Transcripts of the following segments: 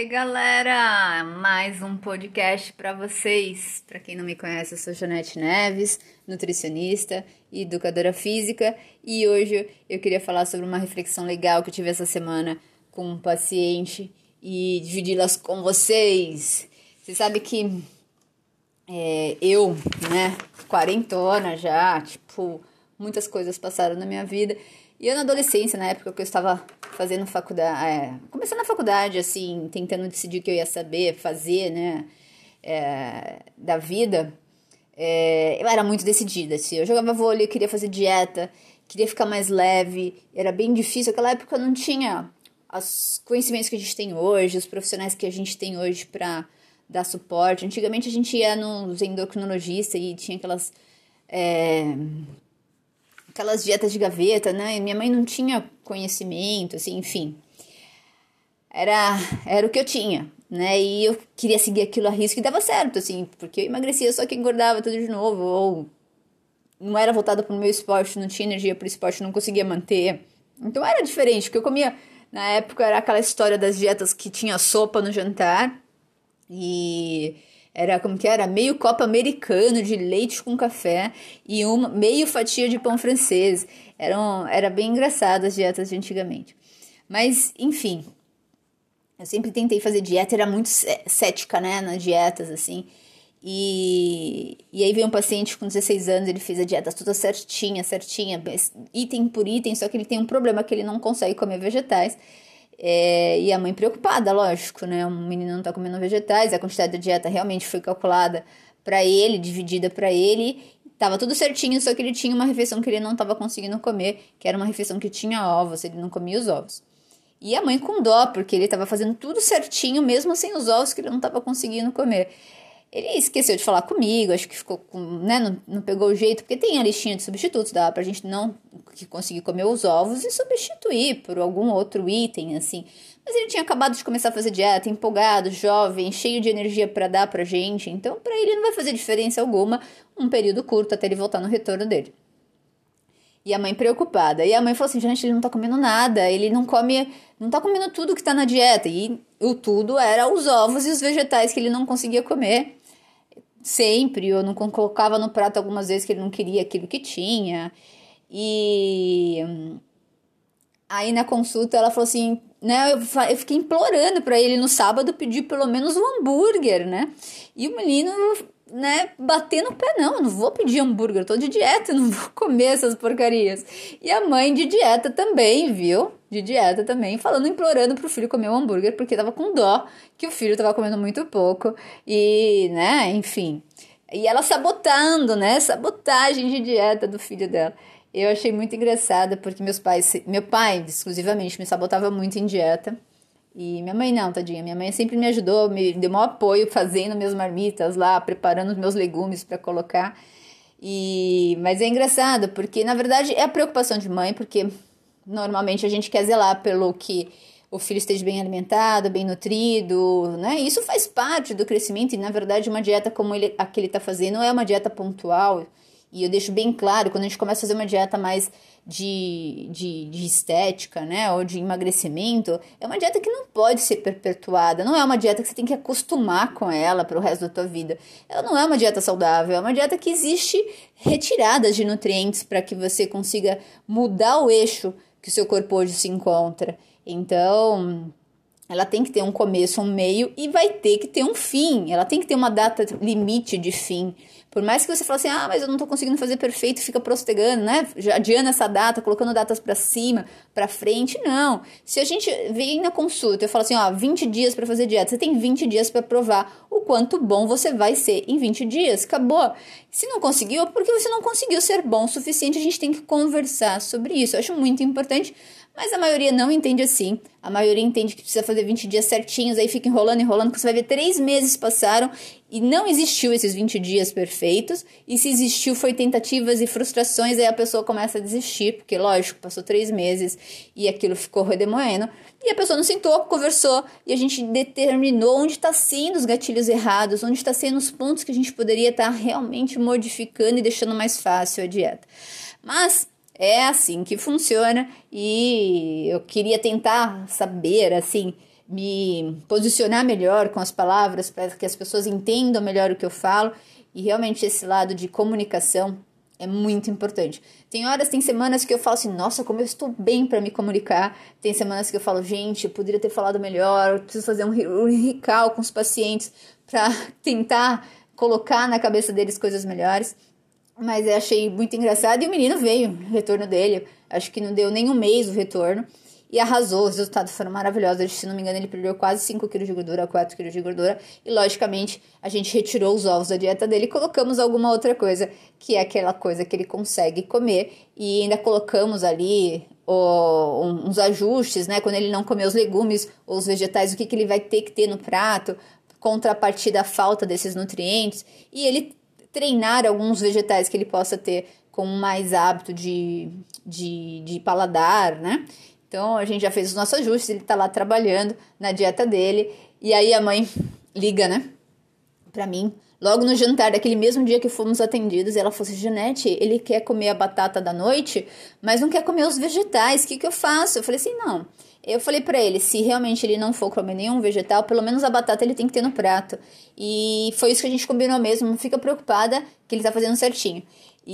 Oi, galera! Mais um podcast para vocês. Para quem não me conhece, eu sou Janete Neves, nutricionista e educadora física, e hoje eu queria falar sobre uma reflexão legal que eu tive essa semana com um paciente e dividi-las com vocês. Você sabe que eu, quarentona já, muitas coisas passaram na minha vida. E eu na adolescência, na época que eu estava fazendo faculdade, começando a faculdade, assim, tentando decidir o que eu ia fazer, da vida, eu era muito decidida, assim. Eu jogava vôlei, queria fazer dieta, queria ficar mais leve, era bem difícil. Naquela época eu não tinha os conhecimentos que a gente tem hoje, os profissionais que a gente tem hoje para dar suporte. Antigamente a gente ia nos endocrinologistas e tinha aquelas dietas de gaveta, né? E minha mãe não tinha conhecimento, assim, enfim. Era o que eu tinha, né? E eu queria seguir aquilo a risco e dava certo, assim, porque eu emagrecia, só que engordava tudo de novo, ou não era voltada para o meu esporte, não tinha energia para o esporte, não conseguia manter. Então era diferente, porque eu comia, na época, era aquela história das dietas que tinha sopa no jantar, e era meio copo americano de leite com café e meio fatia de pão francês. Era bem engraçado as dietas de antigamente. Mas, enfim, eu sempre tentei fazer dieta, era muito cética, né, nas dietas, assim. E aí veio um paciente com 16 anos, ele fez a dieta toda certinha, item por item, só que ele tem um problema que ele não consegue comer vegetais. E a mãe preocupada, lógico, né? O menino não tá comendo vegetais, a quantidade da dieta realmente foi calculada para ele, dividida para ele, tava tudo certinho, só que ele tinha uma refeição que ele não tava conseguindo comer, que era uma refeição que tinha ovos, ele não comia os ovos. E a mãe com dó, porque ele tava fazendo tudo certinho, mesmo sem os ovos que ele não tava conseguindo comer. Ele esqueceu de falar comigo, acho que ficou não pegou o jeito, porque tem a listinha de substitutos, dá pra gente não conseguir comer os ovos e substituir por algum outro item, assim. Mas ele tinha acabado de começar a fazer dieta, empolgado, jovem, cheio de energia pra dar pra gente, então pra ele não vai fazer diferença alguma um período curto até ele voltar no retorno dele. E a mãe preocupada. E a mãe falou assim, gente, ele não tá comendo nada, ele não tá comendo tudo que tá na dieta. E o tudo era os ovos e os vegetais que ele não conseguia comer. Sempre, eu não colocava no prato algumas vezes que ele não queria aquilo que tinha. E aí na consulta ela falou assim, né, eu fiquei implorando para ele no sábado pedir pelo menos um hambúrguer, né? E o menino, né, batendo no pé, não vou pedir hambúrguer, eu tô de dieta, não vou comer essas porcarias. E a mãe de dieta também, viu? De dieta também, implorando pro filho comer um hambúrguer, porque tava com dó que o filho tava comendo muito pouco, e, né, enfim. E ela sabotando, né, sabotagem de dieta do filho dela. Eu achei muito engraçada, porque meu pai, exclusivamente, me sabotava muito em dieta, e minha mãe não, tadinha, minha mãe sempre me ajudou, me deu maior apoio fazendo minhas marmitas lá, preparando os meus legumes para colocar, mas é engraçado, porque na verdade é a preocupação de mãe, porque normalmente a gente quer zelar pelo que o filho esteja bem alimentado, bem nutrido, né? Isso faz parte do crescimento e, na verdade, uma dieta como a que ele está fazendo não é uma dieta pontual. E eu deixo bem claro, quando a gente começa a fazer uma dieta mais de estética, né? Ou de emagrecimento, é uma dieta que não pode ser perpetuada. Não é uma dieta que você tem que acostumar com ela para o resto da tua vida. Ela não é uma dieta saudável, é uma dieta que existe retiradas de nutrientes para que você consiga mudar o eixo que o seu corpo hoje se encontra. Então, ela tem que ter um começo, um meio e vai ter que ter um fim. Ela tem que ter uma data limite de fim. Por mais que você fale assim, mas eu não tô conseguindo fazer perfeito, fica postergando, né? Já adiando essa data, colocando datas pra cima, pra frente, não. Se a gente vem na consulta e eu falo assim, 20 dias pra fazer dieta, você tem 20 dias pra provar o quanto bom você vai ser em 20 dias. Acabou. Se não conseguiu, é porque você não conseguiu ser bom o suficiente, a gente tem que conversar sobre isso. Eu acho muito importante, mas a maioria não entende assim. A maioria entende que precisa fazer 20 dias certinhos, aí fica enrolando, que você vai ver 3 meses passaram e não existiu esses 20 dias perfeitos. E se existiu, foi tentativas e frustrações, aí a pessoa começa a desistir, porque lógico, passou 3 meses e aquilo ficou redemoendo. E a pessoa não sentou, conversou, e a gente determinou onde está sendo os gatilhos errados, onde está sendo os pontos que a gente poderia estar realmente modificando e deixando mais fácil a dieta. Mas é assim que funciona e eu queria tentar saber, assim, me posicionar melhor com as palavras, para que as pessoas entendam melhor o que eu falo. E realmente esse lado de comunicação é muito importante. Tem semanas que eu falo assim, nossa, como eu estou bem para me comunicar. Tem semanas que eu falo, gente, eu poderia ter falado melhor, eu preciso fazer um recall com os pacientes para tentar colocar na cabeça deles coisas melhores. Mas eu achei muito engraçado e o menino veio, o retorno dele, acho que não deu nem um mês o retorno, e arrasou, os resultados foram maravilhosos. Se não me engano, ele perdeu quase 5 kg de gordura, 4 kg de gordura, e logicamente a gente retirou os ovos da dieta dele e colocamos alguma outra coisa, que é aquela coisa que ele consegue comer, e ainda colocamos ali uns ajustes, né, quando ele não comer os legumes ou os vegetais, o que ele vai ter que ter no prato, contrapartida à falta desses nutrientes, e ele treinar alguns vegetais que ele possa ter com mais hábito de paladar, né? Então, a gente já fez os nossos ajustes, ele tá lá trabalhando na dieta dele, e aí a mãe liga, né, pra mim, logo no jantar, daquele mesmo dia que fomos atendidos, ela falou assim, Janete, ele quer comer a batata da noite, mas não quer comer os vegetais, o que eu faço? Eu falei assim, não. Eu falei pra ele, se realmente ele não for comer nenhum vegetal, pelo menos a batata ele tem que ter no prato. E foi isso que a gente combinou mesmo, não fica preocupada que ele tá fazendo certinho.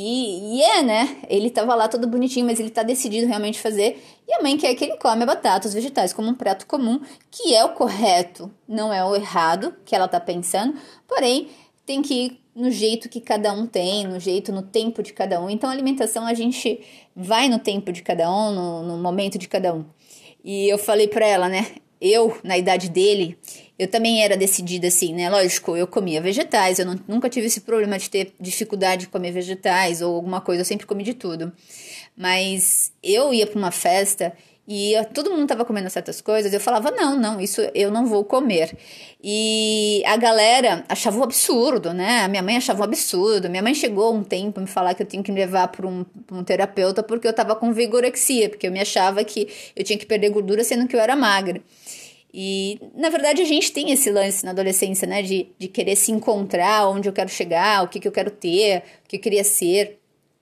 Né? Ele tava lá todo bonitinho, mas ele tá decidido realmente fazer. E a mãe quer que ele come a batata, os vegetais, como um prato comum, que é o correto, não é o errado que ela tá pensando. Porém, tem que ir no jeito que cada um tem, no tempo de cada um. Então, a alimentação, a gente vai no tempo de cada um, no momento de cada um. E eu falei pra ela, né, na idade dele, eu também era decidida assim, né, lógico, eu comia vegetais, eu nunca tive esse problema de ter dificuldade de comer vegetais ou alguma coisa, eu sempre comi de tudo. Mas eu ia pra uma festa e todo mundo tava comendo certas coisas, eu falava, não, isso eu não vou comer. E a galera achava um absurdo, né? A minha mãe achava um absurdo. Minha mãe chegou um tempo a me falar que eu tinha que me levar para um terapeuta porque eu tava com vigorexia, porque eu me achava que eu tinha que perder gordura sendo que eu era magra. E, na verdade, a gente tem esse lance na adolescência, né? De querer se encontrar, onde eu quero chegar, o que eu quero ter, o que eu queria ser.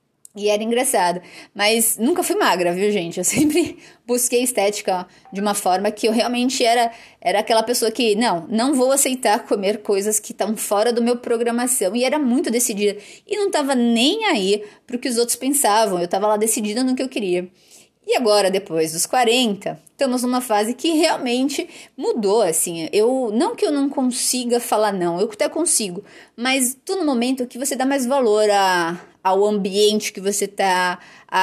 E era engraçado, mas nunca fui magra, viu, gente? Eu sempre busquei estética de uma forma que eu realmente era aquela pessoa que, não vou aceitar comer coisas que estão fora do meu programação. E era muito decidida. E não tava nem aí pro que os outros pensavam. Eu tava lá decidida no que eu queria. E agora, depois dos 40, estamos numa fase que realmente mudou, assim. Não que eu não consiga falar não, eu até consigo, mas tô no momento que você dá mais valor ao ambiente que você tá,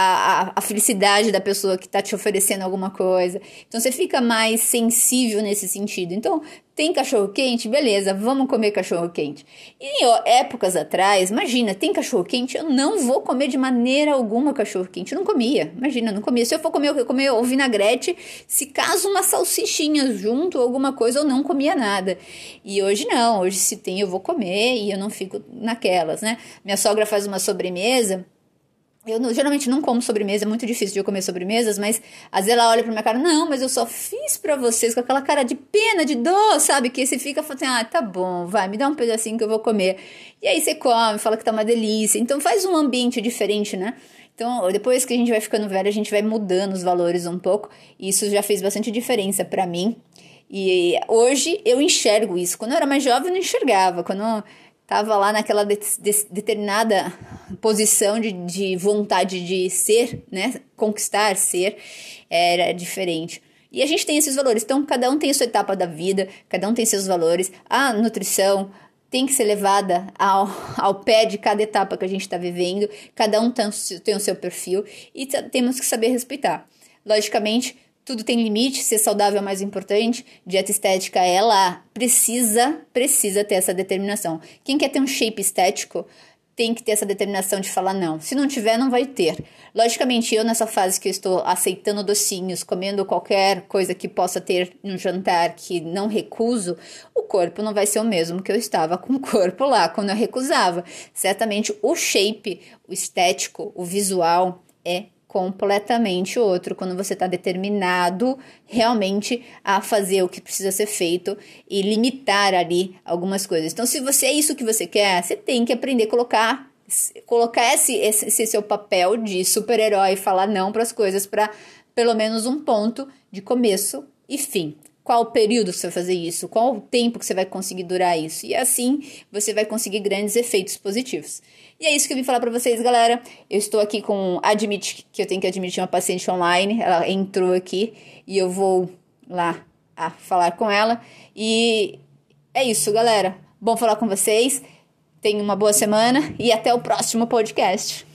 a felicidade da pessoa que tá te oferecendo alguma coisa. Então, você fica mais sensível nesse sentido. Então, tem cachorro-quente? Beleza, vamos comer cachorro-quente. E épocas atrás, imagina, tem cachorro-quente? Eu não vou comer de maneira alguma cachorro-quente. Eu não comia, imagina, eu não comia. Se eu for comer, eu comer o vinagrete, se caso uma salsichinha junto, alguma coisa, eu não comia nada. E hoje não, hoje se tem eu vou comer e eu não fico naquelas, né? Minha sogra faz uma sobremesa. Geralmente não como sobremesa, é muito difícil de eu comer sobremesas, mas às vezes ela olha pra minha cara, não, mas eu só fiz pra vocês, com aquela cara de pena, de dor, sabe? Que você fica falando assim, tá bom, vai, me dá um pedacinho que eu vou comer. E aí você come, fala que tá uma delícia. Então faz um ambiente diferente, né? Então, depois que a gente vai ficando velho, a gente vai mudando os valores um pouco, e isso já fez bastante diferença pra mim. E hoje eu enxergo isso. Quando eu era mais jovem, eu não enxergava. Quando eu tava lá naquela determinada posição de vontade de ser, né? Conquistar, ser, era diferente. E a gente tem esses valores. Então, cada um tem a sua etapa da vida, cada um tem seus valores. A nutrição tem que ser levada ao pé de cada etapa que a gente está vivendo. Cada um tem o seu perfil e temos que saber respeitar. Logicamente, tudo tem limite, ser saudável é o mais importante. Dieta estética, ela precisa ter essa determinação. Quem quer ter um shape estético tem que ter essa determinação de falar não. Se não tiver, não vai ter. Logicamente, eu nessa fase que eu estou aceitando docinhos, comendo qualquer coisa que possa ter no jantar que não recuso, o corpo não vai ser o mesmo que eu estava com o corpo lá quando eu recusava. Certamente o shape, o estético, o visual é completamente outro, quando você está determinado realmente a fazer o que precisa ser feito e limitar ali algumas coisas. Então, se você é isso que você quer, você tem que aprender a colocar esse seu papel de super-herói, falar não para as coisas, para pelo menos um ponto de começo e fim. qual o período que você vai fazer isso, qual o tempo que você vai conseguir durar isso. E assim você vai conseguir grandes efeitos positivos. E é isso que eu vim falar pra vocês, galera. Eu estou aqui com que eu tenho que admitir uma paciente online. Ela entrou aqui e eu vou lá falar com ela. E é isso, galera. Bom falar com vocês. Tenham uma boa semana e até o próximo podcast.